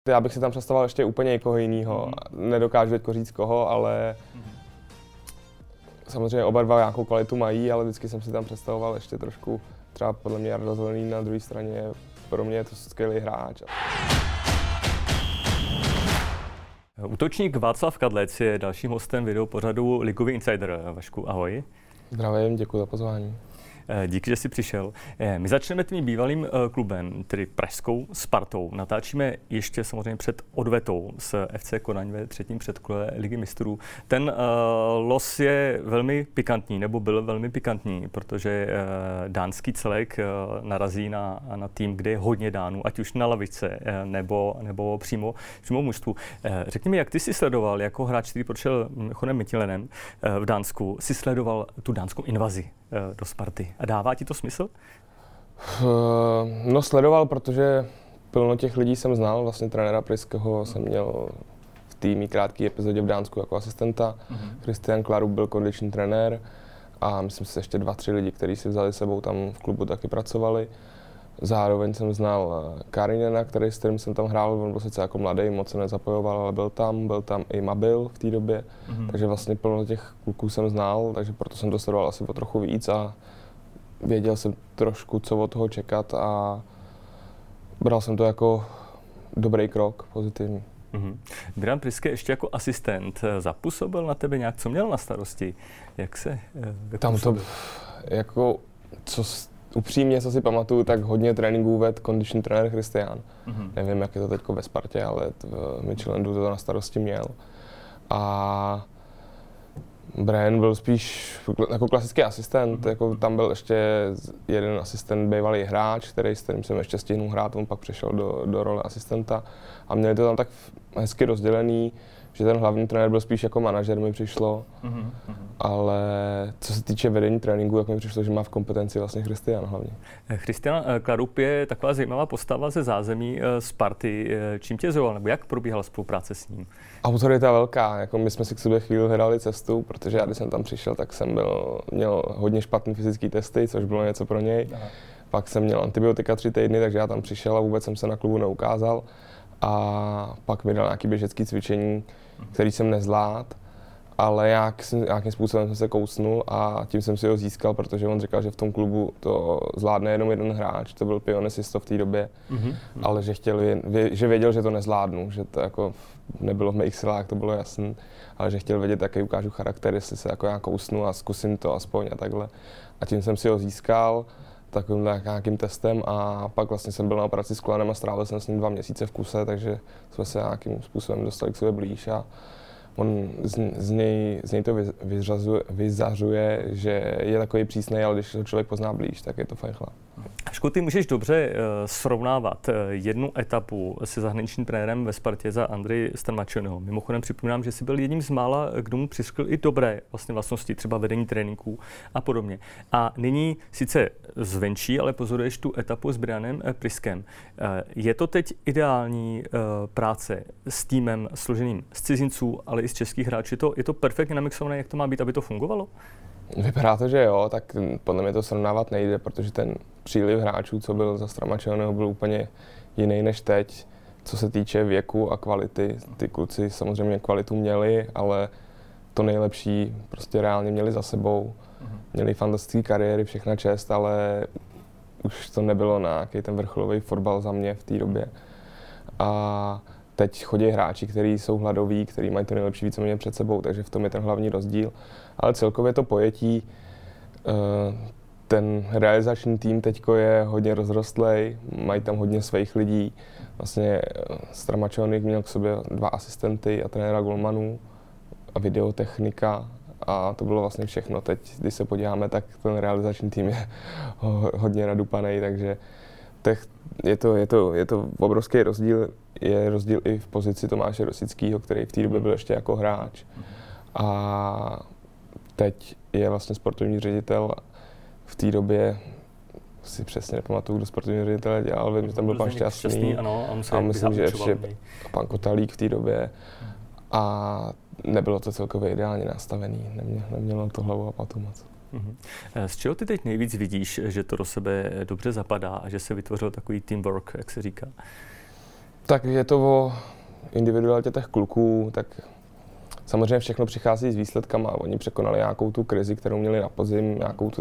Já bych si tam představoval ještě úplně někoho jiného. Nedokážu teď říct koho, ale samozřejmě oba dva nějakou kvalitu mají, ale vždycky jsem si tam představoval ještě trošku, třeba podle mě Jarda Zelený na druhé straně, pro mě je to skvělý hráč. Útočník Václav Kadlec je dalším hostem videopořadu Ligový insider. Vašku, ahoj. Zdravím, děkuji za pozvání. Díky, že jsi přišel. My začneme tím bývalým klubem, tedy pražskou Spartou. Natáčíme ještě samozřejmě před odvetou s FC Kodaň ve třetím předkole Ligy mistrů. Ten los je velmi pikantní, nebo byl velmi pikantní, protože dánský celek narazí na tým, kde je hodně Dánů, ať už na lavice, nebo přímo mužstvu. Řekni mi, jak ty jsi sledoval jako hráč, který prošel chodem Mytilenem v Dánsku, jsi sledoval tu dánskou invazi do Sparty. A dává ti to smysl? No sledoval, protože plno těch lidí jsem znal. Vlastně trenéra Pryského jsem měl v té krátké epizodě v Dánsku jako asistenta. Christian Klarup byl kondiční trenér a myslím si ještě 2-3 lidi, kteří si vzali sebou tam v klubu taky pracovali. Zároveň jsem znal Karinena, s kterým jsem tam hrál, on byl sice jako mladý, moc se nezapojoval, ale byl tam i Mabil v té době, takže vlastně plno těch kluků jsem znal, takže proto jsem to sledoval asi o trochu víc a věděl jsem trošku, co od toho čekat a bral jsem to jako dobrý krok, pozitivní. Milan Pryský ještě jako asistent zapůsobil na tebe nějak, co měl na starosti? Jak se tam to jako, upřímně, co si pamatuju, tak hodně tréninků vedl kondiční trenér Christian. Nevím, jak je to teď ve Spartě, ale v Michelandu to na starosti měl. A Brian byl spíš jako klasický asistent, jako tam byl ještě jeden asistent, bývalý hráč, s kterým jsem ještě stihnul hrát, on pak přešel do role asistenta a měli to tam tak hezky rozdělený, že ten hlavní trenér byl spíš jako manažer, mi přišlo, ale co se týče vedení tréninku, jak mi přišlo, že má v kompetenci vlastně Christian hlavně. Christian Klarup je taková zajímavá postava ze zázemí Sparty. Čím tě zaujal, nebo jak probíhala spolupráce s ním? Autorita velká, jako my jsme si k sobě chvíli hledali cestu, protože já, když jsem tam přišel, tak jsem měl hodně špatný fyzický testy, což bylo něco pro něj. Aha. Pak jsem měl antibiotika 3 týdny, takže já tam přišel a vůbec jsem se na klubu neukázal. A pak mi dal nějaké běžecké cvičení, který jsem nezvládl, ale nějakým způsobem jsem se kousnul a tím jsem si ho získal, protože on říkal, že v tom klubu to zvládne jenom jeden hráč, to byl Pionesisto v té době, ale že věděl, že to nezvládnu, že to jako nebylo v mých silách, to bylo jasný, ale že chtěl vědět, jaký ukážu charakter, jestli se jako nějak kousnu a zkusím to aspoň a takhle. A tím jsem si ho získal takovým nějakým testem a pak vlastně jsem byl na operaci s kolenem a strávil jsem s ním 2 měsíce v kuse, takže jsme se nějakým způsobem dostali k sobě blíž a on z něj to vyzařuje, že je takový přísnej, ale když ho člověk pozná blíž, tak je to fajn chlap. Ašku, ty můžeš dobře srovnávat jednu etapu se zahraničním trenérem ve Spartě za Andreje Stramačeného. Mimochodem připomínám, že jsi byl jedním z mála, kdo mu přiskl i dobré vlastnosti, třeba vedení tréninků a podobně. A nyní sice zvenčí, ale pozoruješ tu etapu s Brianem Pryskem. Je to teď ideální práce s týmem složeným z cizinců, ale i z českých hráčů? Je to perfektně namixované, jak to má být, aby to fungovalo? Vypadá to, že jo, tak podle mě to srovnávat nejde, protože ten příliv hráčů, co byl za Stramačeného, byl úplně jiný než teď, co se týče věku a kvality. Ty kluci samozřejmě kvalitu měli, ale to nejlepší prostě reálně měli za sebou. Měli fantastické kariéry, všechna čest, ale už to nebylo na nějaký ten vrcholový fotbal za mě v té době. A teď chodí hráči, kteří jsou hladoví, kteří mají to nejlepší víceméně před sebou, takže v tom je ten hlavní rozdíl. Ale celkově to pojetí, ten realizační tým teďko je hodně rozrostlej, mají tam hodně svých lidí. Vlastně Stramačonik měl k sobě 2 asistenty a trenéra golmanů a videotechnika a to bylo vlastně všechno. Teď, když se podíváme, tak ten realizační tým je hodně nadupaný, takže je to obrovský rozdíl. Je rozdíl i v pozici Tomáše Rosického, který v té době byl ještě jako hráč. A teď je vlastně sportovní ředitel. V té době si přesně nepamatuju, kdo sportovní ředitel dělal, vím, že tam byl pan Šťastný. Ano, a myslím, že ještě pan Kotalík v té době. A nebylo to celkově ideálně nastavený, nemělo to hlavu a patu moc. Z čeho ty teď nejvíc vidíš, že to do sebe dobře zapadá a že se vytvořil takový teamwork, jak se říká? Tak je to o individualitě těch kluků, tak samozřejmě všechno přichází s výsledkama. Oni překonali nějakou tu krizi, kterou měli na podzim, nějakou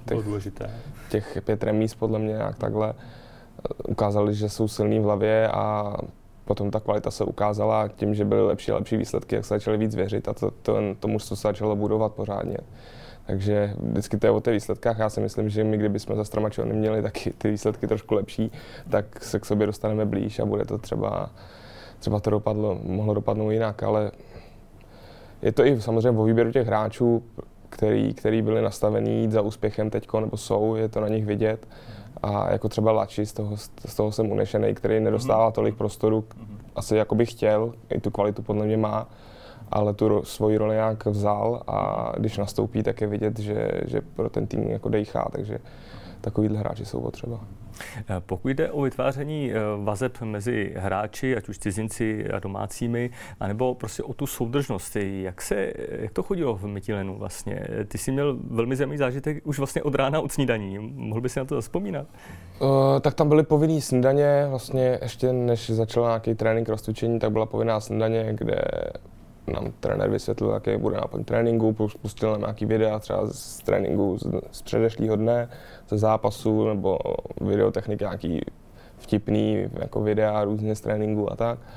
těch 5 remíz podle mě nějak takhle. Ukázali, že jsou silní v hlavě a potom ta kvalita se ukázala tím, že byly lepší a lepší výsledky, jak se začali víc věřit a to mužstvo se začalo budovat pořádně. Takže vždycky to je o těch výsledkách. Já si myslím, že my, kdybychom za Stramačovny měli taky ty výsledky trošku lepší, tak se k sobě dostaneme blíž a bude to třeba to mohlo dopadnout jinak, ale je to i samozřejmě o výběru těch hráčů, který byli nastavení jít za úspěchem teďko, nebo jsou, je to na nich vidět. A jako třeba Lači, z toho jsem unešený, který nedostává tolik prostoru, asi jako bych chtěl, i tu kvalitu podle mě má, ale tu svoji roli nějak vzal a když nastoupí, tak je vidět, že pro ten tým jako dejchá, takže takovýhle hráči jsou potřeba. Pokud jde o vytváření vazeb mezi hráči, ať už cizinci a domácími, anebo prostě o tu soudržnost, jak to chodilo v Mytilenu vlastně? Ty jsi měl velmi zajímavý zážitek už vlastně od rána od snídaní. Mohl bys si na to vzpomínat? Tak tam byly povinný snídaně, vlastně ještě než začal nějaký trénink rozcvičení, tak byla povinná snídaně, kde nám trenér vysvětlil, jaký bude náplň tréninku, pustil nám nějaký videa třeba z tréninku z předešlého dne, ze zápasu nebo videotechniky, nějaký vtipný jako videa různě z tréninku a tak.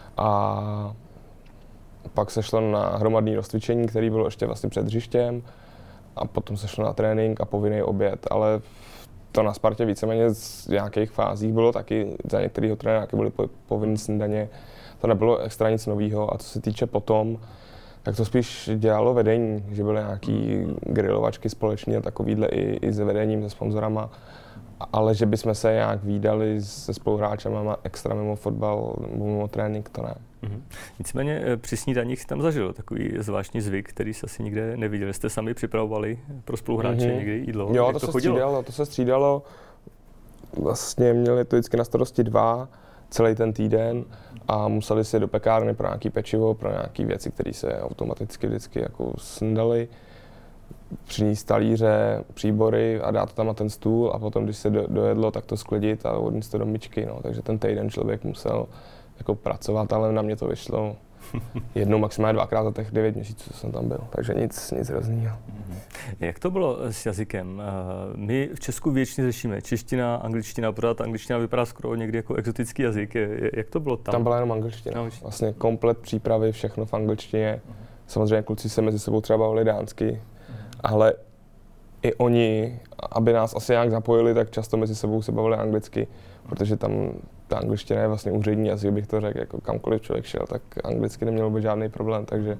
A pak se šlo na hromadné rozcvičení, který bylo ještě vlastně před hřištěm a potom se šlo na trénink a povinný oběd, ale to na Spartě víceméně z nějakých fázích bylo taky, za některého trenéra byly povinné snídaně. To nebylo extra nic nového a co se týče potom, tak to spíš dělalo vedení, že byly nějaký grilovačky společně a takovýhle i s vedením, se sponzorama, ale že bychom se nějak vídali se spoluhráčema extra mimo fotbal, mimo trénink, to ne. Nicméně při snídaních jsi tam zažil takový zvláštní zvyk, který jsi asi nikde neviděl. Jste sami připravovali pro spoluhráče někdy jídlo? Jo, to se střídalo. Vlastně měli to vždycky na starosti 2 celý ten týden a museli si do pekárny pro nějaký pečivo, pro nějaké věci, které se automaticky vždycky jako snídaly, přinést talíře, příbory a dát to tam na ten stůl a potom, když se dojedlo, tak to sklidit a odníst to do myčky. No. Takže ten týden člověk musel jako pracovat, ale na mě to vyšlo jednou, maximálně 2krát za těch 9 měsíců, co jsem tam byl, takže nic hrozného. Jak to bylo s jazykem? My v Česku většině řešíme čeština, angličtina, pořád angličtina vypadá skoro někdy jako exotický jazyk. Jak to bylo tam? Tam byla jenom angličtina. Vlastně komplet přípravy, všechno v angličtině. Samozřejmě kluci se mezi sebou třeba bavili dánsky, ale i oni, aby nás asi nějak zapojili, tak často mezi sebou se bavili anglicky, protože tam ta angličtina je vlastně úřední jazyk, bych to řekl, jako kamkoliv člověk šel, tak anglicky nemělo být žádný problém, takže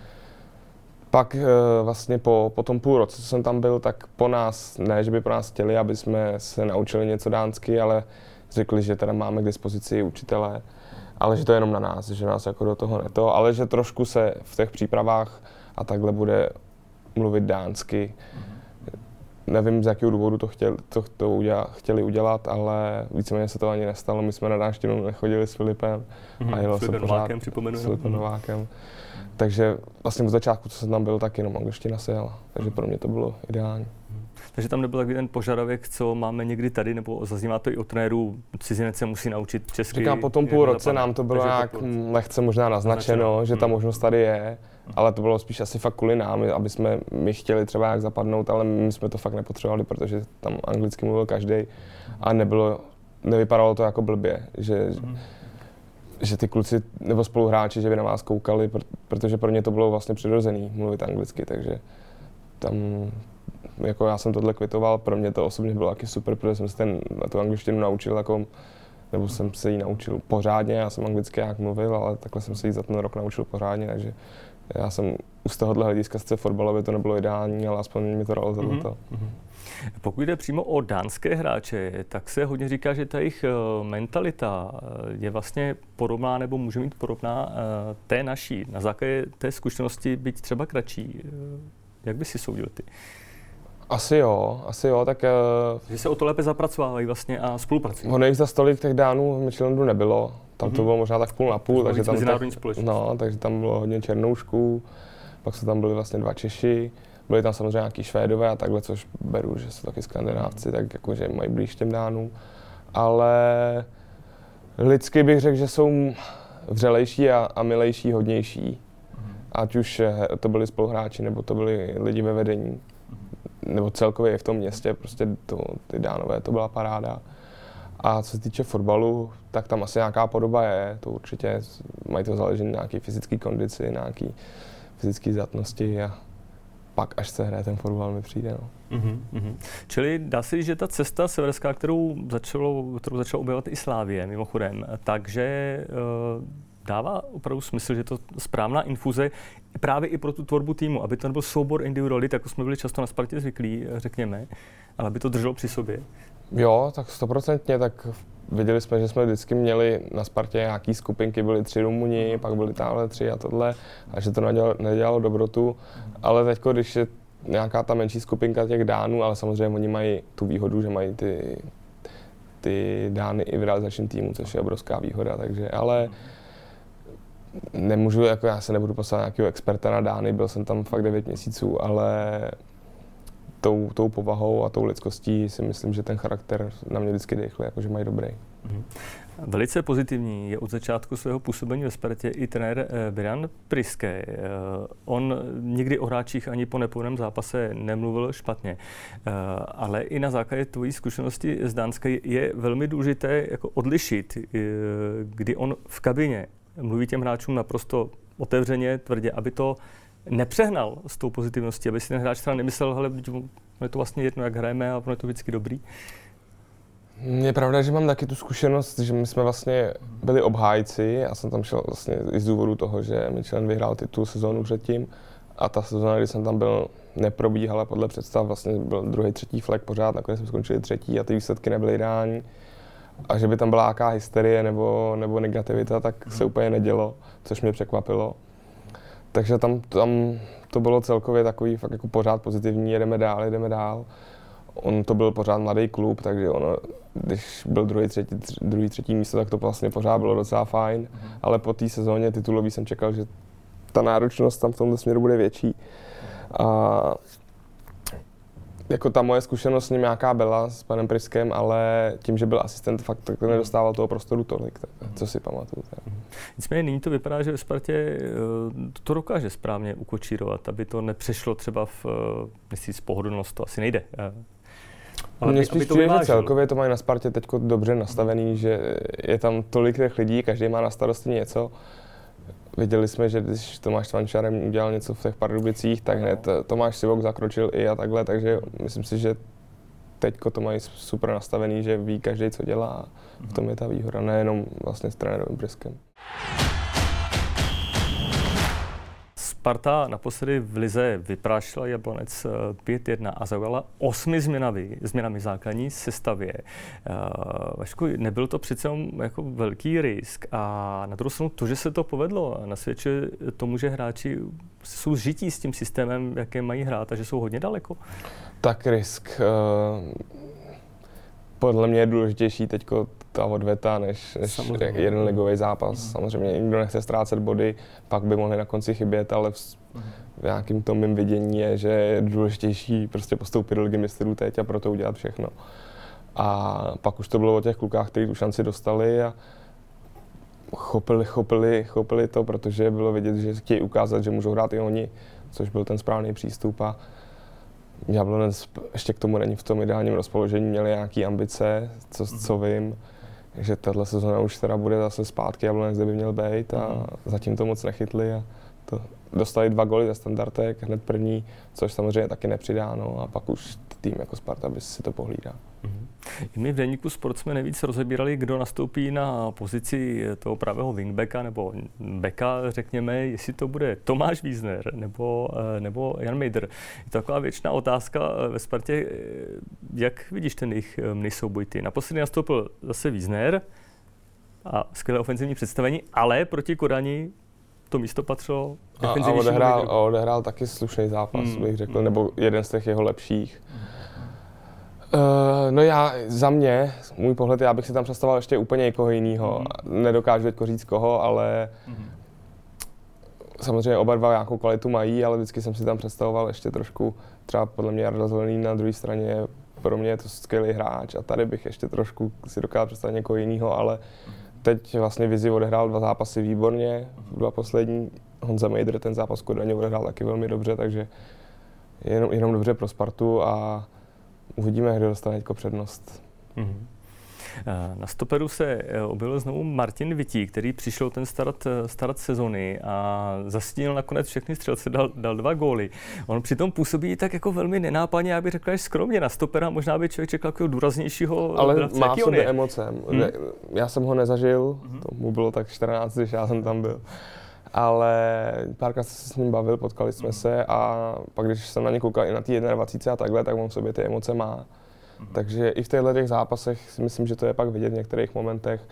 pak vlastně po tom půl roce, co jsem tam byl, tak po nás, ne, že by po nás chtěli, aby jsme se naučili něco dánsky, ale řekli, že teda máme k dispozici učitele, ale že to je jenom na nás, že nás jako do toho neto, ale že trošku se v těch přípravách a takhle bude mluvit dánsky. Nevím, z jakého důvodu chtěli udělat, ale víceméně se to ani nestalo. My jsme na dánštinu nechodili s Filipem a jelo se pořád s Filipem Novákem. Takže vlastně od začátku, co jsem tam byl, tak jenom angličtina se jela. Takže pro mě to bylo ideální. Takže tam nebyl takový ten požadavek, co máme někdy tady, nebo zaznívá to i od trenérů, cizinec se musí naučit česky. Říkám, po tom půl roce nám to bylo nějak lehce možná naznačeno, že ta možnost tady je, ale to bylo spíš asi fakt kvůli nám, aby jsme my chtěli třeba jak zapadnout, ale my jsme to fakt nepotřebovali, protože tam anglicky mluvil každý a nevypadalo to jako blbě, že ty kluci nebo spoluhráči, že by na vás koukali, protože pro ně to bylo vlastně přirozený mluvit anglicky, takže tam jako já jsem tohle kvitoval, pro mě to osobně bylo taky super, protože jsem se tu angličtinu naučil, nebo jsem se ji naučil pořádně, já jsem anglicky jak mluvil, ale takhle jsem se ji za ten rok naučil pořádně, takže já jsem z tohohle hlediska sice fotbalově to nebylo ideální, ale aspoň mi to dalo za to. Pokud jde přímo o dánské hráče, tak se hodně říká, že ta jejich mentalita je vlastně podobná nebo může být podobná té naší. Na základě té zkušenosti být třeba kratší. Jak by si soudil ty? Asi jo, tak... Že se o to lépe zapracovávají vlastně a spolupracují. Ono jich za stolik těch Dánů v Michelandu nebylo. Tam to bylo možná tak půl na půl, takže tam bylo hodně Černoušků, pak se tam byli vlastně 2 Češi, byli tam samozřejmě nějaký Švédové a takhle, což beru, že jsou taky Skandinávci, tak jakože mají blíž těm Dánům. Ale Lidsky bych řekl, že jsou vřelejší a milejší, hodnější. Ať už to byli spoluhráči, nebo to byli lidi ve vedení. Nebo celkově i v tom městě, prostě ty Dánové, to byla paráda. A co se týče fotbalu, tak tam asi nějaká podoba je, to určitě mají to záležení na nějaké fyzické kondici, nějaké fyzické zdatnosti a pak až se hraje ten fotbal mi přijde. No. Čili dá se říct, že ta cesta severská, kterou začala objevovat i Slavie mimochodem, takže dává opravdu smysl, že to správná infuze právě i pro tu tvorbu týmu, aby to nebyl soubor individualit, jako jsme byli často na Spartě zvyklí, řekněme, ale aby to drželo při sobě. Jo, tak 100%, tak viděli jsme, že jsme vždycky měli na Spartě nějaký skupinky, byli 3 Rumuni, pak byli táhle 3 a tohle, a že to nedělalo dobrotu, ale teď, když je nějaká ta menší skupinka těch Dánů, ale samozřejmě oni mají tu výhodu, že mají ty Dány i v realizačním týmu, což je obrovská výhoda, takže, ale nemůžu, jako já se nebudu poslat nějakého experta na Dány, byl jsem tam fakt 9 měsíců, ale tou povahou a tou lidskostí si myslím, že ten charakter na mě vždycky dechl, jakože mají dobrý. Velice pozitivní je od začátku svého působení ve Spartě i trenér Brian Priske. On nikdy o hráčích ani po nepovedném zápase nemluvil špatně, ale i na základě tvojí zkušenosti z Dánska je velmi důležité jako odlišit, kdy on v kabině mluví těm hráčům naprosto otevřeně, tvrdě, aby to nepřehnal s tou pozitivností, aby si ten hráč třeba nemyslel, hele, je to vlastně jedno, jak hrajeme a je to vždycky dobrý. Je pravda, že mám taky tu zkušenost, že my jsme vlastně byli obhájci. Já jsem tam šel vlastně i z důvodu toho, že Michelin vyhrál titul sezónu předtím a ta sezóna, kdy jsem tam byl, neprobíhala podle představ, vlastně byl druhý, třetí flag pořád, nakonec jsme skončili třetí a ty výsledky nebyly ideální. A že by tam byla nějaká hysterie nebo negativita, tak se úplně nedělo, což mě překvapilo. Takže tam to bylo celkově takový fakt jako pořád pozitivní, jedeme dál. On to byl pořád mladý klub, takže ono, když byl druhý, třetí místo, tak to vlastně pořád bylo docela fajn. Ale po té sezóně titulový jsem čekal, že ta náročnost tam v tomto směru bude větší. A jako ta moje zkušenost s ním nějaká byla s panem Priskem, ale tím, že byl asistent, fakt tak nedostával toho prostoru tolik, co si pamatuju. Nicméně nyní to vypadá, že ve Spartě to dokáže správně ukočírovat, aby to nepřešlo třeba v měsíc pohodlnost, to asi nejde. Ale mně spíš přijde, že celkově to mají na Spartě teď dobře nastavený, že je tam tolik těch lidí, každý má na starosti něco. Viděli jsme, že když Tomáš Tvančarem udělal něco v těch Pardubicích, tak hned Tomáš Sivok zakročil i a takhle, takže myslím si, že teďko to mají super nastavený, že ví každý, co dělá a v tom je ta výhoda, nejenom vlastně s trenérovým Priskem. Sparta naposledy v lize vyprášila Jablonec 5-1 a zaujala 8 změnami základní sestavě. Vašku, nebyl to přece jako velký risk a na druhou stranu to, že se to povedlo, nasvědčuje tomu, že hráči jsou žití s tím systémem, jaké mají hrát a že jsou hodně daleko. Tak risk. Podle mě je důležitější teďko ta odveta, než jeden ligový zápas. Samozřejmě nikdo nechce ztrácet body, pak by mohli na konci chybět, ale v nějakým tom mým vidění je, že je důležitější prostě postoupit do ligy mistrů teď a proto udělat všechno. A pak už to bylo o těch klukách, kteří tu šanci dostali a chopili to, protože bylo vidět, že chtějí ukázat, že můžou hrát i oni, což byl ten správný přístup. A Jablonec ještě k tomu není v tom ideálním rozpoložení, měli nějaké ambice, co vím, že tahle sezóna už teda bude zase zpátky, Jablonec, kde by měl být a zatím to moc nechytli a dostali 2 góly za standardek, hned první, což samozřejmě taky nepřidáno a pak už tým jako Sparta by si to pohlídal. I my v deníku Sport jsme nejvíc rozebírali, kdo nastoupí na pozici toho pravého wingbacka nebo backa, řekněme, jestli to bude Tomáš Wiesner nebo Jan Mejdr. Je to taková věčná otázka ve Spartě. Jak vidíš ten jejich souboj ty? Naposledy nastoupil zase Wiesner a skvělé ofenzivní představení, ale proti Kodani to místo patřilo defenzivnějšímu. A odehrál taky slušný zápas, bych řekl, nebo jeden z těch jeho lepších. No za mě, můj pohled, já bych si tam představoval ještě úplně někoho jiného. Nedokážu teďko říct koho, ale samozřejmě oba dva nějakou kvalitu mají, ale vždycky jsem si tam představoval ještě trošku, třeba podle mě Jarda Zelený na druhé straně, pro mě je to skvělý hráč a tady bych ještě trošku si dokázal představit někoho jiného, ale teď vlastně Vizi odehrál 2 zápasy výborně, 2 poslední. Honza Mejdr ten zápas v Kodani odehrál taky velmi dobře, takže jenom dobře pro Spartu a uvidíme, kdo dostane teďko přednost. Na stoperu se objevil znovu Martin Wittig, který přišel ten start sezony a zastínil nakonec všechny střelce, dal 2 góly. On přitom působí tak jako velmi nenápadně, já bych řekl, až skromně na stopera, možná by člověk čekal jako důraznějšího. Ale má v sobě emoce. Já jsem ho nezažil, to mu bylo tak 14, když já jsem tam byl. Ale párkrát jsem se s ním bavil, potkali jsme se a pak když jsem na ně koukal i na té 21 a takhle, tak on v sobě ty emoce má. Takže i v těchto těch zápasech si myslím, že to je pak vidět v některých momentech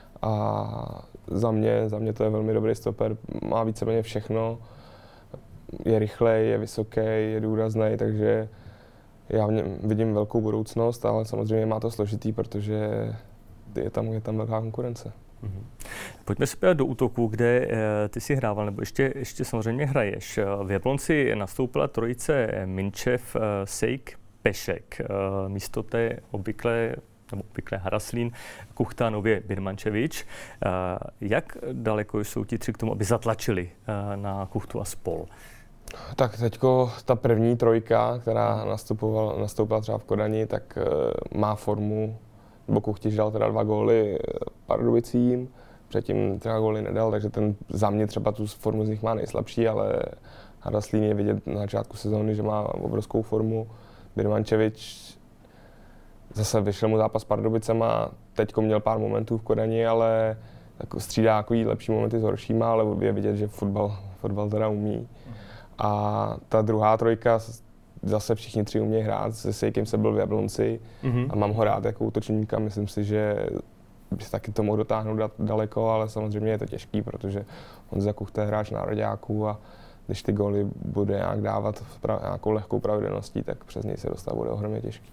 a za mě to je velmi dobrý stoper, má víceméně všechno, je rychlej, je vysoký, je důrazný, takže já v něm vidím velkou budoucnost, ale samozřejmě má to složitý, protože je tam velká konkurence. Pojďme se podívat do útoku, kde ty si hrával, nebo ještě samozřejmě hraješ. V Jablonci nastoupila trojice Minčev, Sejk, Pešek. Místo té obvyklé Haraslín, Kuchta, nově Birmančevič. Jak daleko jsou ti 3 k tomu, aby zatlačili na Kuchtu a spol? Tak teďko ta první trojka, která nastoupila třeba v Kodani, tak má formu, nebo Kuchtič dal teda 2 góly Pardubicím, předtím třeba góly nedal, takže ten za mě třeba tu formu z nich má nejslabší, ale Haraslín je vidět na začátku sezóny, že má obrovskou formu. Birmančevič zase vyšel mu zápas s Pardubicema, teďko měl pár momentů v Kodani, ale jako střídá takový lepší momenty s horšíma, ale je vidět, že fotbal teda umí. A ta druhá trojka, zase všichni 3 umějí hrát, se Sejkem jsem byl v Jablonci a mám ho rád jako útočníka, myslím si, že by se taky to mohl dotáhnout daleko, ale samozřejmě je to těžký, protože on za Kuchta je hráč nároďáků a když ty góly bude nějak dávat nějakou lehkou pravidelností, tak přes něj se dostat bude ohromně těžký.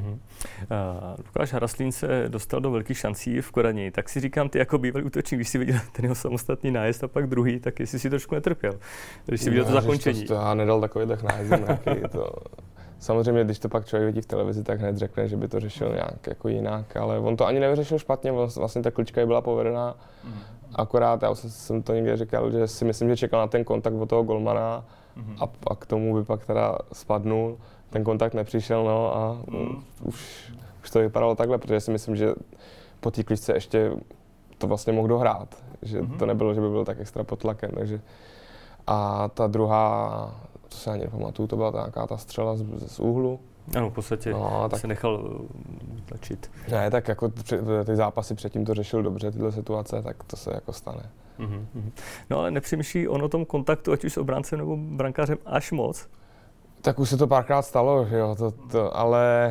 Lukáš Haraslín se dostal do velkých šancí v Kodani, tak si říkám, ty jako bývalý útočník, když si viděl ten jeho samostatný nájezd a pak druhý, tak jestli si trošku netrpěl, když si viděl to zakončení. To já nedal takovýhle nájezd mraky. Samozřejmě, když to pak člověk vidí v televizi, tak hned řekne, že by to řešil nějak jako jinak, ale on to ani nevyřešil špatně, vlastně ta klička byla povedená. Akorát já jsem to někde říkal, že si myslím, že čekal na ten kontakt od toho golmana a k tomu by pak teda spadnul. Ten kontakt nepřišel, a už to vypadalo takhle, protože si myslím, že po té kličce ještě to vlastně mohl dohrát, že to nebylo, že by byl tak extra pod tlakem, takže a ta druhá, to se ani nepamatuju, to byla nějaká ta střela z úhlu. Ano, v podstatě tak se nechal tlačit. Ne, tak jako ty zápasy předtím to řešil dobře, tyhle situace, tak to se jako stane. No ale nepřemýšlí on o tom kontaktu, ať už s obráncem nebo brankářem, až moc? Tak už se to párkrát stalo, že jo, ale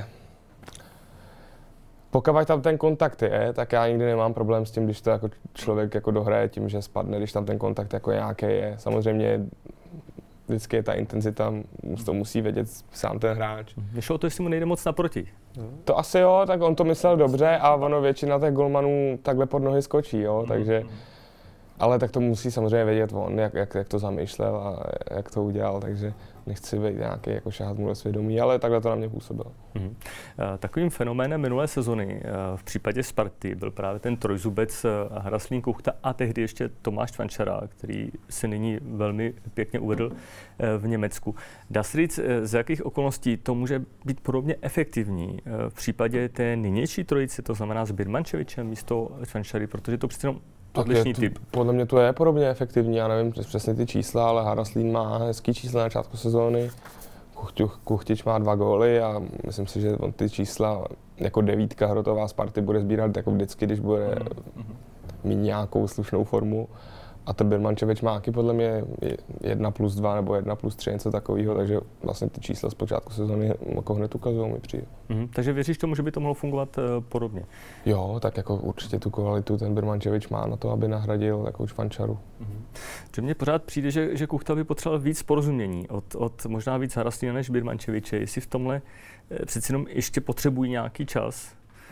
pokud tam ten kontakt je, tak já nikdy nemám problém s tím, když to jako člověk jako dohraje tím, že spadne, když tam ten kontakt jako nějaký je. Samozřejmě vždycky je ta intenzita, to musí vědět sám ten hráč. Vyšlo to, jestli mu nejde moc naproti. To asi jo, tak on to myslel dobře a ono většina těch golmanů takhle pod nohy skočí, jo, takže ale tak to musí samozřejmě vědět on, jak to zamýšlel a jak to udělal, takže nechci být nějaký jako šahat mu do svědomí, ale takhle to na mě působilo. Takovým fenoménem minulé sezony v případě Sparty byl právě ten trojzubec Haraslín, Kuchta a tehdy ještě Tomáš Tvančara, který se nyní velmi pěkně uvedl v Německu. Dá se říct, z jakých okolností to může být podobně efektivní v případě té nynější trojice, to znamená s Birmančevičem místo Tvančary, protože to přece jenom odlišný typ. Podle mě to je podobně efektivní, já nevím přesně ty čísla, ale Haraslín má hezký čísla na začátku sezóny. Kuchtič má 2 góly a myslím si, že on ty čísla jako 9 hrotová Sparty bude sbírat jako vždycky, když bude mít nějakou slušnou formu. A ten Birmančevič má taky podle mě 1+2 nebo 1+3, něco takového, takže vlastně ty čísla z počátku sezóny jako hned ukazují mi přijde. Takže věříš tomu, že by to mohlo fungovat podobně? Jo, tak jako určitě tu kvalitu ten Birmančevič má na to, aby nahradil takovou Tvančaru. Že mně pořád přijde, že Kuchta by potřeboval víc porozumění od možná víc Haraslína než Birmančeviče, jestli v tomhle přeci jenom ještě potřebují nějaký čas.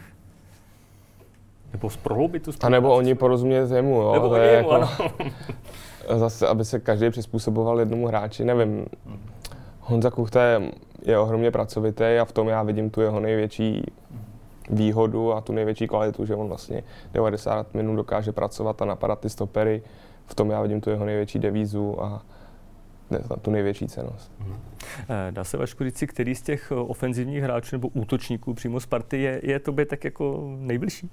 Nebo prohloubit tu spolupráci. A nebo oni porozumět jemu, jo. Nebo to je jemu, jako, zase, aby se každý přizpůsoboval jednomu hráči, nevím. Honza Kuchta je ohromně pracovitý a v tom já vidím tu jeho největší výhodu a tu největší kvalitu, že on vlastně 90 minut dokáže pracovat a napadat ty stopery. V tom já vidím tu jeho největší devízu a tu největší cennost. Dá se, Vašku, říct si, který z těch ofenzivních hráčů nebo útočníků přímo Sparty je tobě tak jako nejbližší?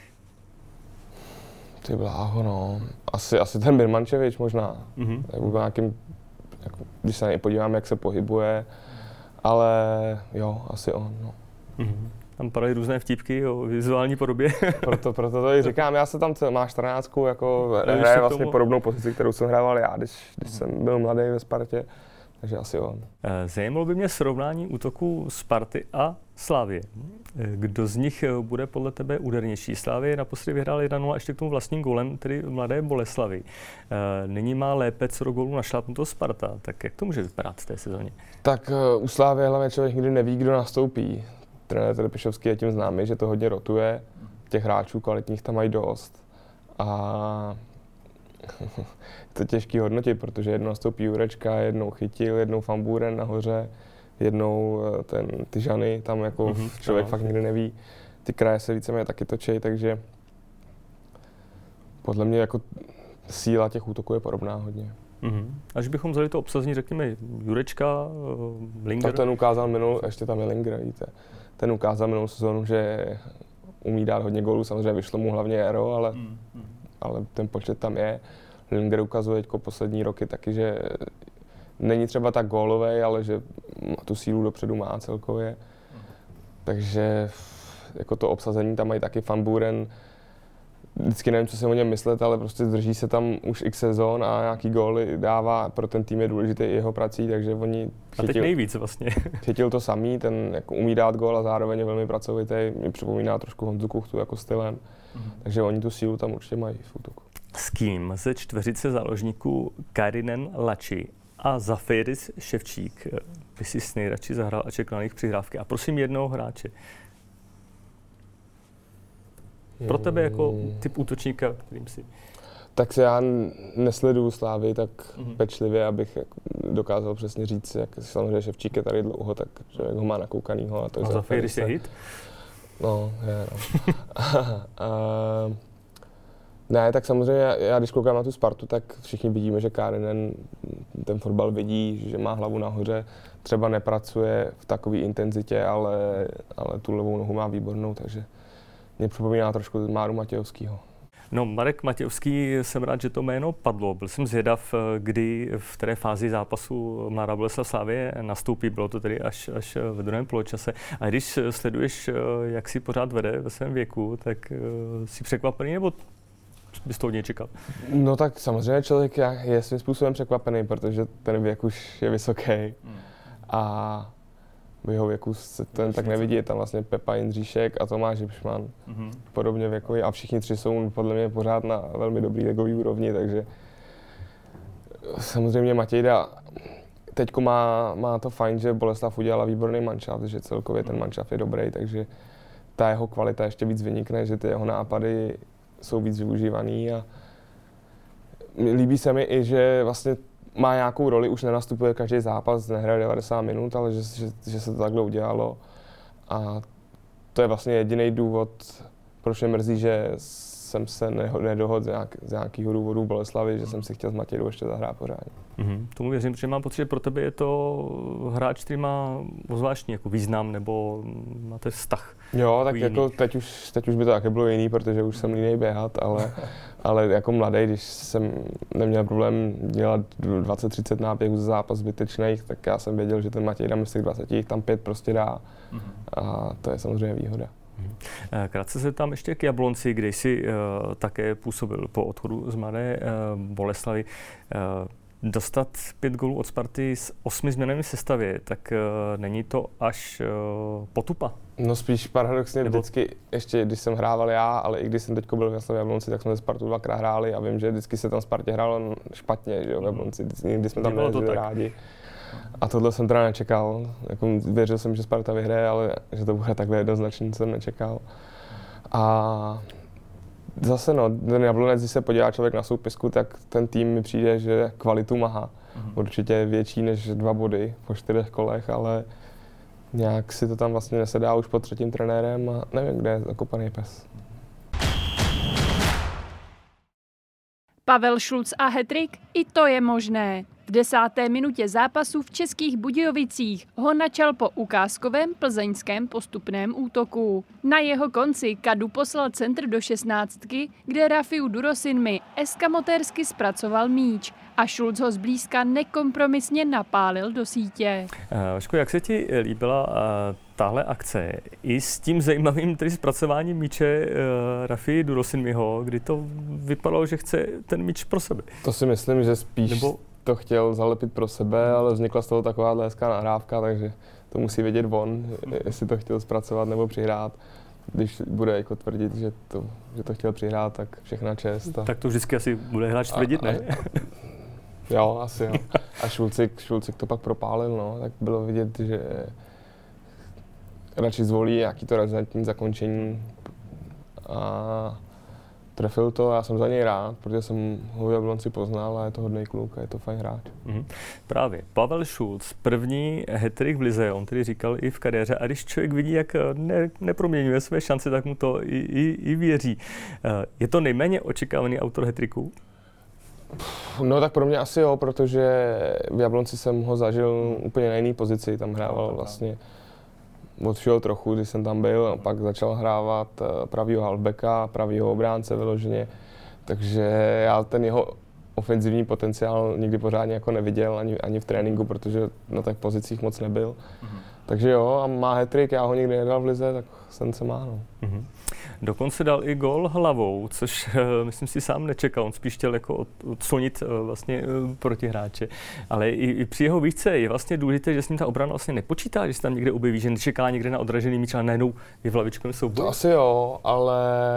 Ty bláho, no. Asi ten Birmančevič možná. Nějakým, jako, když se na něj podívám, jak se pohybuje, ale jo, asi on. No. Tam padají různé vtípky o vizuální podobě. proto to i říkám, já se tam má 14, jako hraje vlastně podobnou pozici, kterou jsem hrával já, když jsem byl mladý ve Spartě, takže asi on. Zajímalo by mě srovnání útoku Sparty a Slavie. Kdo z nich bude podle tebe údernější? Slavie naposledy vyhrál 1-0 ještě k tomu vlastním gólem, tedy mladé Boleslavi. Nyní má lépe co do gólu našlápnuto Sparta, tak jak to může vypadat v té sezóně? Tak u Slavie hlavně člověk nikdy neví, kdo nastoupí. Trenér Trpišovský je tím známý, že to hodně rotuje, těch hráčů kvalitních tam mají dost a to je těžký hodnotit, protože jednou nastoupí Jurečka, jednou Chytil, jednou Famburen nahoře, jednou ten Tyžany, tam jako člověk fakt nikdy neví. Ty kraje se víceméně taky točí, takže podle mě jako síla těch útoků je podobná hodně. Až bychom vzali to obsazení, řekněme Jurečka, Linger. A ten ukázal ještě tam je Linger, víte. Ten ukázal minulou sezónu, že umí dát hodně gólů, samozřejmě vyšlo mu hlavně Ero, ale ten počet tam je. Linger ukazuje poslední roky taky, že není třeba tak gólovej, ale že tu sílu dopředu má celkově. Takže jako to obsazení tam mají taky Famburen. Vždycky nevím, co si o něm myslet, ale prostě drží se tam už x sezon a nějaký góly dává, pro ten tým je důležitý i jeho prací, takže oni a teď nejvíc vlastně. Chytil to samý, ten jako umí dát gól a zároveň je velmi pracovitý, mi připomíná trošku Honzu Kuchtu jako stylem, takže oni tu sílu tam určitě mají v útoku. S kým ze čtveřice záložníků Karinen Lači a Zafiris Ševčík by si nejradši zahrál a čekal na jejich přihrávky? A prosím jednoho hráče. Pro tebe jako typ útočníka, kterým si? Tak se já nesleduju Slávy tak pečlivě, abych dokázal přesně říct, jak samozřejmě Ševčík je tady dlouho, tak člověk ho má nakoukanýho. A Zafiris je hit? No, je, no. Ne, tak samozřejmě já když koukám na tu Spartu, tak všichni vidíme, že Karinen ten fotbal vidí, že má hlavu nahoře, třeba nepracuje v takové intenzitě, ale tu levou nohu má výbornou, takže mě připomíná trošku Máru Matějovskýho. No, Marek Matějovský, jsem rád, že to jméno padlo. Byl jsem zvědav, kdy v té fázi zápasu Mladá Boleslav Slavie nastoupí, bylo to tedy až ve druhém poločase. A když sleduješ, jak si pořád vede ve svém věku, tak jsi překvapený, nebo bys to od něj čekal? No tak samozřejmě člověk je svým způsobem překvapený, protože ten věk už je vysoký. A v jeho věku se ten tak nevidí, je tam vlastně Pepa Jindříšek a Tomáš Hipšman, podobně věkový a všichni tři jsou podle mě pořád na velmi dobrý ligový úrovni, takže samozřejmě Matějda teďko má to fajn, že Boleslav udělala výborný manšaft, že celkově ten manšaft je dobrý, takže ta jeho kvalita ještě víc vynikne, že ty jeho nápady jsou víc využívaný a líbí se mi i, že vlastně má nějakou roli, už nenastupuje každý zápas, nehraje 90 minut, ale že se to takhle udělalo. A to je vlastně jediný důvod, proč mě mrzí, že jsem se nedohodl z nějakého důvodu v Boleslavi, že jsem si chtěl s Matějdou ještě zahrát pořádně. Tomu věřím, protože mám pocit, že pro tebe je to hráč, který má zvláštní jako význam, nebo máte vztah. Jo, tak jako teď už by to taky bylo jiný, protože už jsem línej běhat, ale jako mladý, když jsem neměl problém dělat 20-30 náběhů za zápas zbytečných, tak já jsem věděl, že ten Matějda mi z těch 20 jich tam 5 prostě dá. A to je samozřejmě výhoda. Krátce se tam ještě k Jablonci, kde jsi také působil po odchodu z Mladé Boleslavy. Dostat 5 gólů od Sparty s 8 změnami v sestavě, tak není to až potupa? No spíš paradoxně vždycky, ještě když jsem hrával já, ale i když jsem teď byl v Jablonci, tak jsme ze Spartu 2krát hráli a vím, že vždycky se tam Spartě hrálo špatně, že jo, v Jablonci, nikdy jsme tam nejezdili rádi. A tohle jsem teda nečekal, jako věřil jsem, že Sparta vyhraje, ale že to bude takhle jednoznačný, jsem nečekal. A zase no, ten Jablonec, když se podívá člověk na soupisku, tak ten tým mi přijde, že kvalitu má. Určitě větší než 2 body po 4 kolech, ale nějak si to tam vlastně nesedá už pod třetím trenérem a nevím, kde je zakopaný pes. Pavel Šulc a hat-trick? I to je možné. V 10. minutě zápasu v Českých Budějovicích ho načal po ukázkovém plzeňském postupném útoku. Na jeho konci Kadu poslal centr do 16, kde Rafiu Durosinmi eskamotérsky zpracoval míč a Šulc ho zblízka nekompromisně napálil do sítě. Vašku, jak se ti líbila tahle akce i s tím zajímavým zpracováním míče Rafii Durosinmiho, kdy to vypadalo, že chce ten míč pro sebe? To si myslím, že spíš to chtěl zalepit pro sebe, ale vznikla z toho taková hezká nahrávka, takže to musí vědět on, jestli to chtěl zpracovat nebo přihrát. Když bude jako tvrdit, že to chtěl přihrát, tak všechna čest. Tak to vždycky asi bude hráč tvrdit, ne? Jo, asi jo. A Šulcik to pak propálil, no, tak bylo vidět, že radši zvolí nějaký to razantní zakončení a trefil to, já jsem za něj rád, protože jsem ho v Jablonci poznal a je to hodnej kluk a je to fajn hráč. Právě. Pavel Šulc, první hat-trick v lize, on tedy říkal i v kariéře, a když člověk vidí, jak neproměňuje své šance, tak mu to i věří. Je to nejméně očekávaný autor hat-tricků? No tak pro mě asi jo, protože v Jablonci jsem ho zažil úplně na jiný pozici, tam hrával vlastně od všeho trochu, když jsem tam byl, a pak začal hrávat pravýho halfbacka, pravýho obránce vyloženě, takže já ten jeho ofenzivní potenciál nikdy pořádně jako neviděl ani v tréninku, protože na těch pozicích moc nebyl. Takže jo, a má hat-trick, já ho nikdy nedal v lize, tak jsem se má. No. Dokonce dal i gól hlavou, což myslím si sám nečekal, on spíš chtěl jako odslonit vlastně protihráče. Ale i při jeho výšce je vlastně důležité, že s ním ta obrana vlastně nepočítá, že se tam někde objeví, že nečeká někde na odražený míč, ale najednou je v lavičkovém souboji. To asi jo, ale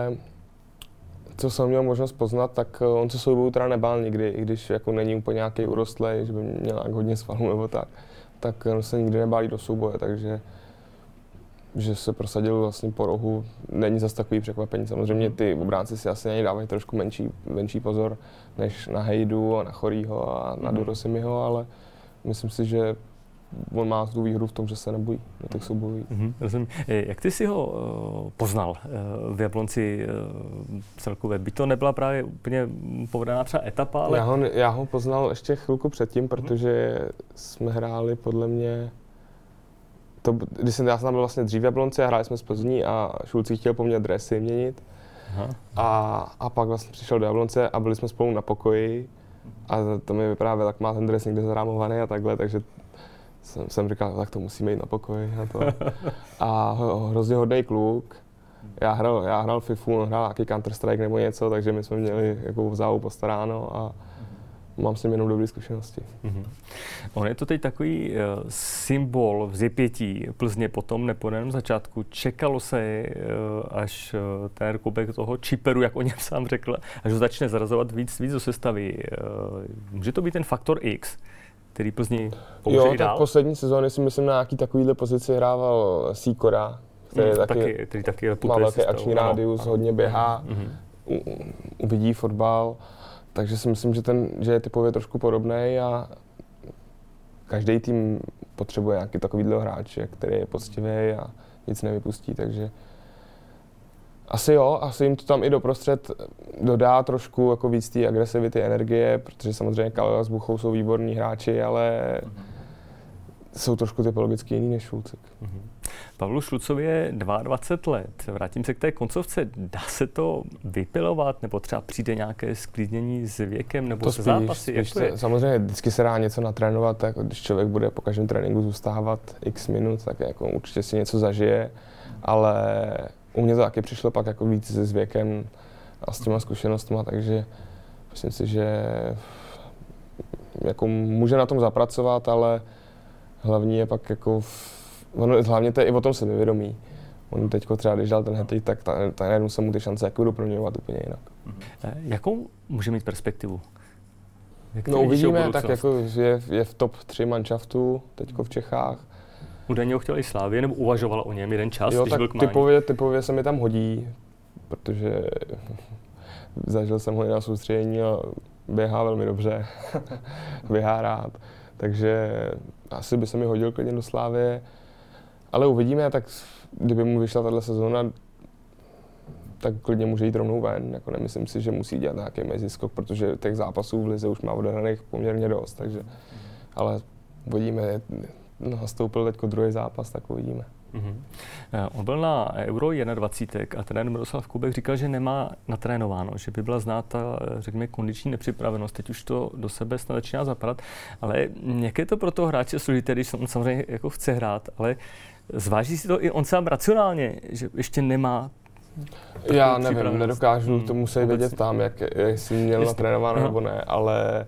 co jsem měl možnost poznat, tak on se souboju teda nebál nikdy, i když jako není úplně nějaký urostlej, že by měl jak hodně svalů nebo tak se nikdy nebál jít do souboje, takže že se prosadil vlastně po rohu, není zas takový překvapení. Samozřejmě ty obránci si asi dávají trošku menší pozor než na Hejdu a na Chorýho a na Durosinmiho, ale myslím si, že on má tu výhru v tom, že se nebojí do těch soubojů. Rozumím. Jak ty si ho poznal v Jablonci celkově? By to nebyla právě úplně povedaná třeba etapa, ale... Já ho poznal ještě chvilku předtím, protože jsme hráli podle mě já jsem tam byl vlastně dřív v Jablonci a hráli jsme s Plzní a Šulcík chtěl po mně dresy měnit. A pak vlastně přišel do Jablonce a byli jsme spolu na pokoji a to mi vyprávěl, jak má ten dres někde zarámovaný a takhle, takže jsem říkal, tak to musíme jít na pokoji na to. A hrozně hodnej kluk. Já hrál FIFU, on hrál nějaký Counter-Strike nebo něco, takže my jsme měli jako v závu postaráno a mám s ním jenom dobré zkušenosti. On je to teď takový symbol vzepětí Plzně po tom nepodaném začátku. Čekalo se, až ten Kubek toho čiperu, jak o něm sám řekl, až ho začne zarazovat víc do sestavy. Může to být ten faktor X, který Plzni použije dál? Jo, tak poslední sezóny si myslím na nějaký takovýhle pozici hrával Sýkora, který taky má velký akční rádius, hodně běhá, uvidí fotbal. Takže si myslím, že je typově trošku podobný a každý tým potřebuje nějaký takovýhle hráče, který je poctivý a nic nevypustí, takže asi jo, asi jim to tam i doprostřed dodá trošku jako víc té agresivity, energie, protože samozřejmě Kalela s Buchou jsou výborní hráči, ale jsou trošku typologicky jiný než Šulcik. Pavlu Šulcovi je 22 let. Vrátím se k té koncovce. Dá se to vypilovat, nebo třeba přijde nějaké sklidnění s věkem, nebo se zápasy? Samozřejmě vždycky se dá něco natrénovat, jako když člověk bude po každém tréninku zůstávat x minut, tak jako určitě si něco zažije, ale u mě to taky přišlo pak jako víc s věkem a s těma zkušenostma, takže myslím si, že jako může na tom zapracovat, ale hlavní je pak jako hlavně to je i o tom sebevědomí. On teďko třeba, když dal ten hat-trick, tak najednou se mu ty šance jako budou proměňovat úplně jinak. Jakou může mít perspektivu? No uvidíme, tak jako je v top 3 manšaftů teďko v Čechách. Údajně ho chtěl i Slavie, nebo uvažovala o něm jeden čas, jo, když tak byl k Mání? typově se mi tam hodí, protože zažil jsem ho i na soustředění a běhá velmi dobře, běhá rád. Takže asi by se mi hodil klidně do Slavie. Ale uvidíme, tak kdyby mu vyšla tato sezóna, tak klidně může jít rovnou ven. Jako nemyslím si, že musí dělat nějaký meziskok, protože těch zápasů v lize už má odehraných poměrně dost, takže, ale uvidíme, nastoupil teďko druhý zápas, tak uvidíme. On byl na Euro 21 a trenér Miroslav Kubek říkal, že nemá natrénováno, že by byla znát ta, řekněme, kondiční nepřipravenost. Teď už to do sebe snad začíná zapadat, ale jak je to pro toho hráče složité, když on samozřejmě jako chce hrát, ale zváží si to i on sám racionálně, že ještě nemá. Já nevím, nedokážu, to musí vědět tam, jestli měl natrénováno nebo ne, ale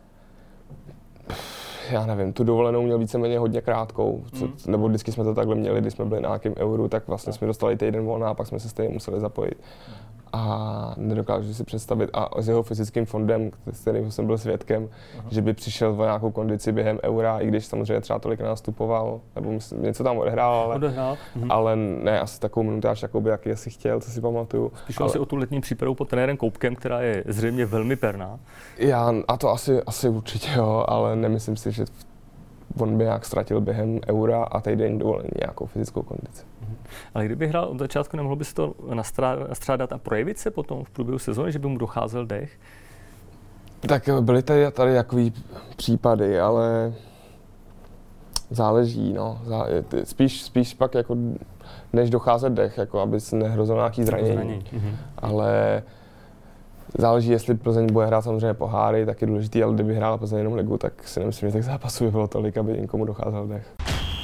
já nevím, tu dovolenou měl víceméně hodně krátkou, nebo vždycky jsme to takhle měli, když jsme byli na nějakém Euru, tak vlastně jsme dostali týden volna a pak jsme se stejně museli zapojit. A nedokážu si představit, a s jeho fyzickým fondem, s kterým jsem byl svědkem, že by přišel o nějakou kondici během Eura, i když samozřejmě třeba tolik nastupoval, nebo něco tam odehrál, ale ne asi takovou minutáž, jaký asi chtěl, co si pamatuju. Spíš asi o tu letní přípravu pod trenérem Koupkem, která je zřejmě velmi perná. A to asi určitě jo, ale nemyslím si, že on by nějak ztratil během Eura a týden dovolení nějakou fyzickou kondici. Ale kdyby hrál od začátku, nemohlo by se to nastrádat a projevit se potom v průběhu sezóny, že by mu docházel dech? Tak byly tady takový případy, ale záleží, no. Spíš pak jako, než docházet dech, jako aby se nehrozilo nějaký zranění. Ale záleží, jestli Plzeň bude hrát samozřejmě poháry, tak je důležitý, ale kdyby hrála Plzeň jenom ligu, tak si nemyslím, že těch zápasů by bylo tolik, aby někomu docházel dech.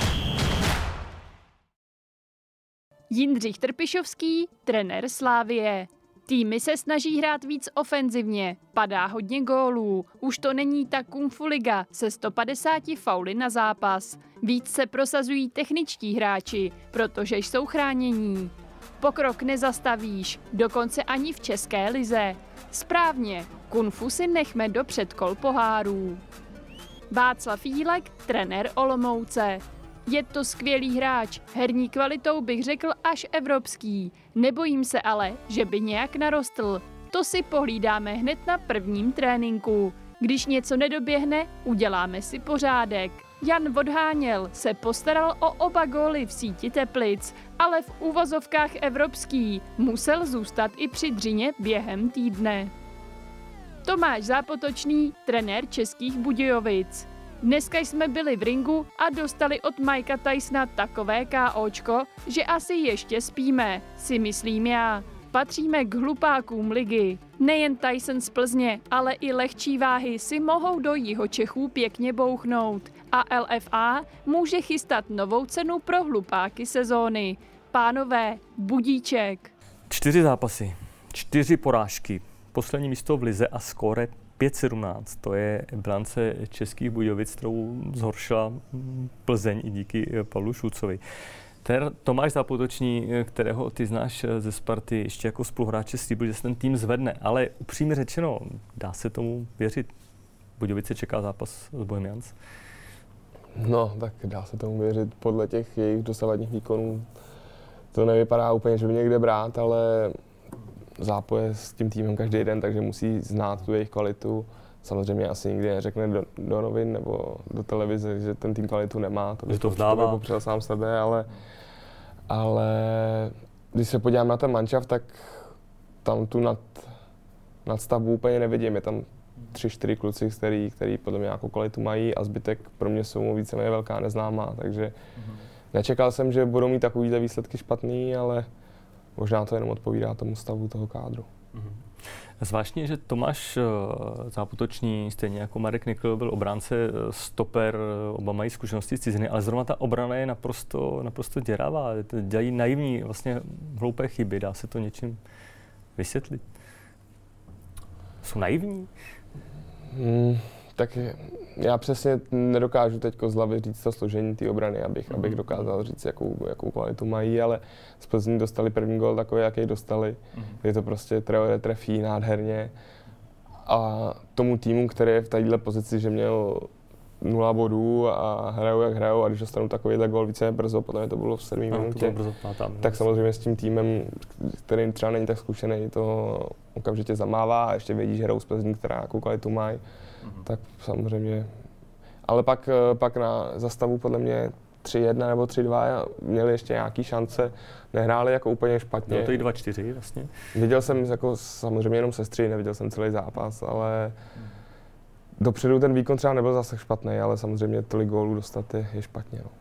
Jindřich Trpišovský, trenér Slavie. Týmy se snaží hrát víc ofenzivně, padá hodně gólů. Už to není ta kung fu liga se 150 fauly na zápas. Víc se prosazují techničtí hráči, protože jsou chránění. Pokrok nezastavíš, dokonce ani v české lize. Správně, kung fu si nechme do předkol pohárů. Václav Jílek, trenér Olomouce. Je to skvělý hráč, herní kvalitou bych řekl až evropský. Nebojím se ale, že by nějak narostl. To si pohlídáme hned na prvním tréninku. Když něco nedoběhne, uděláme si pořádek. Jan Vodháněl se postaral o oba góly v síti Teplic, ale v uvozovkách evropský musel zůstat i při dřině během týdne. Tomáš Zápotočný, trenér Českých Budějovic. Dneska jsme byli v ringu a dostali od Mikea Tysona takové KOčko, že asi ještě spíme, si myslím já. Patříme k hlupákům ligy. Nejen Tyson z Plzně, ale i lehčí váhy si mohou do Jihočechů pěkně bouchnout. A LFA může chystat novou cenu pro hlupáky sezóny. Pánové, budíček. 4 zápasy, 4 porážky, poslední místo v lize a skóre 5-17, to je bilance Českých Budějovic, kterou zhoršila Plzeň i díky Pavlu Šulcovi. Tomáš Zápotočný, kterého ty znáš ze Sparty, ještě jako spoluhráče slíbil, že se ten tým zvedne, ale upřímně řečeno, dá se tomu věřit? Budějovice čeká zápas s Bohemians? No, tak dá se tomu věřit podle těch jejich dosavadních výkonů. To nevypadá úplně, že by někde brát, ale zápoje s tím týmem každý den, takže musí znát tu jejich kvalitu. Samozřejmě asi nikdy neřekne do novin nebo do televize, že ten tým kvalitu nemá, to by popřel sám sebe, ale když se podívám na ten manšaft, tak tam tu nadstavbu úplně nevidím. Je tam 3-4 kluci, který podle mě nějakou kvalitu mají a zbytek pro mě jsou víceméně velká neznámá, takže nečekal jsem, že budou mít takovýhle výsledky špatný, ale možná to jenom odpovídá tomu stavu toho kádru. Zvláštně, že Tomáš Zápotočný, stejně jako Marek Nikl, byl obránce, stoper, oba mají zkušenosti z ciziny, ale zrovna ta obrana je naprosto děravá. Dělají naivní, vlastně hloupé chyby. Dá se to něčím vysvětlit? Jsou naivní? Tak já přesně nedokážu teď z hlavy říct to složení té obrany, abych dokázal říct, jakou kvalitu mají, ale z Plzní dostali první gól takový, jaký dostali. Je to prostě trefí nádherně. A tomu týmu, který je v téhle pozici, že měl 0 bodů a hrajou jak hrajou, a když dostanu takovýhle gól více brzo, potom to bylo v 7. minutě, tak samozřejmě s tím týmem, kterým třeba není tak zkušený, to okamžitě zamává a ještě vědí, že hrajou z Plzní, která jakou kvalitu mají. Tak samozřejmě. Ale pak na zastavu podle mě 3-1 nebo 3-2, měli ještě nějaký šance, nehráli jako úplně špatně. Bylo to i 2-4 vlastně? Viděl jsem jako samozřejmě jenom sestry, neviděl jsem celý zápas, ale dopředu ten výkon třeba nebyl zase špatný, ale samozřejmě tolik gólů dostat je špatně. No.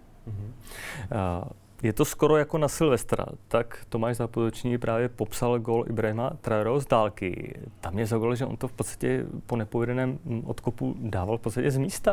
Je to skoro jako na Silvestra, tak Tomáš Zápotočný právě popsal gól Ibrahima Traoreho z dálky. Tam mě zaujalo, že on to v podstatě po nepovedeném odkopu dával v podstatě z místa.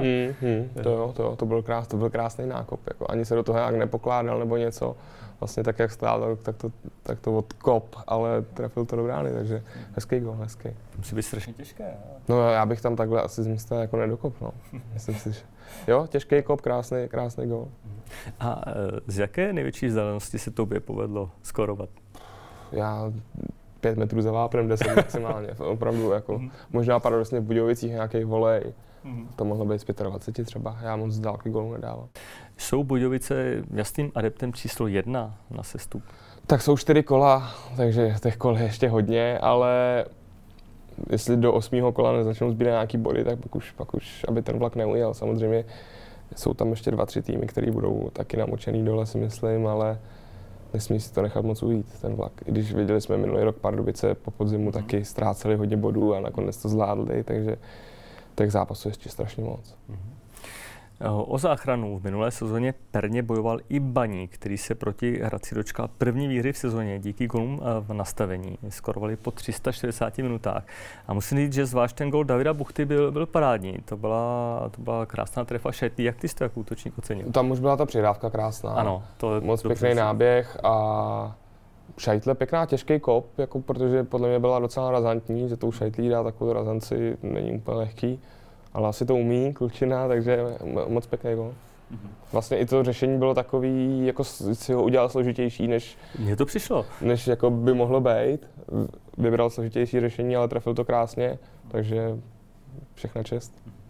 To byl krásný nákop. Jako ani se do toho jak nepokládal nebo něco. Vlastně tak, jak stál, tak to odkop, ale trefil to do brány, takže hezký gól, hezký. Musí být strašně těžké. No já bych tam takhle asi z místa jako nedokopnul. Myslím si, že jo, těžký kop, krásný gól. A z jaké největší vzdálenosti se tobě povedlo skórovat? Já 5 metrů za vápnem, 10 maximálně. Opravdu jako, možná paradoxně v Budějovicích nějaký volej. To mohlo být z 25 třeba. Já moc z dálky gólu nedával. Jsou Budějovice jasným adeptem číslo 1 na sestup? Tak jsou 4 kola, takže těch kol je ještě hodně, ale jestli do 8. kola nezačnou sbírat nějaký body, tak pak už, aby ten vlak neujel. Samozřejmě jsou tam ještě 2-3 týmy, které budou taky namočený dole, si myslím, ale nesmí si to nechat moc ujít, ten vlak. I když viděli jsme minulý rok Pardubice po podzimu, taky ztráceli hodně bodů a nakonec to zvládli, takže těch zápasů je ještě strašně moc. O záchranu v minulé sezóně perně bojoval i Baník, který se proti Hradci dočkal první výhry v sezóně díky gólům v nastavení. Skorovali po 360 minutách. A musím říct, že zvlášť ten gól Davida Buchty byl parádní. To byla krásná trefa Šajtlí. Jak ty jsi to jako útočník ocenil? Tam už byla ta přihrávka krásná. Ano. To moc pěkný náběh a Šajtle pěkná, těžký kop, jako protože podle mě byla docela razantní, že tou Šajtlí dá takovou razanci, není úplně lehký. Ale asi to umí klučina, takže moc pěkný gól. Vlastně i to řešení bylo takový, jako si ho udělal složitější, než mně to přišlo. Než jako by mohlo být. Vybral složitější řešení, ale trefil to krásně, takže všechna čest.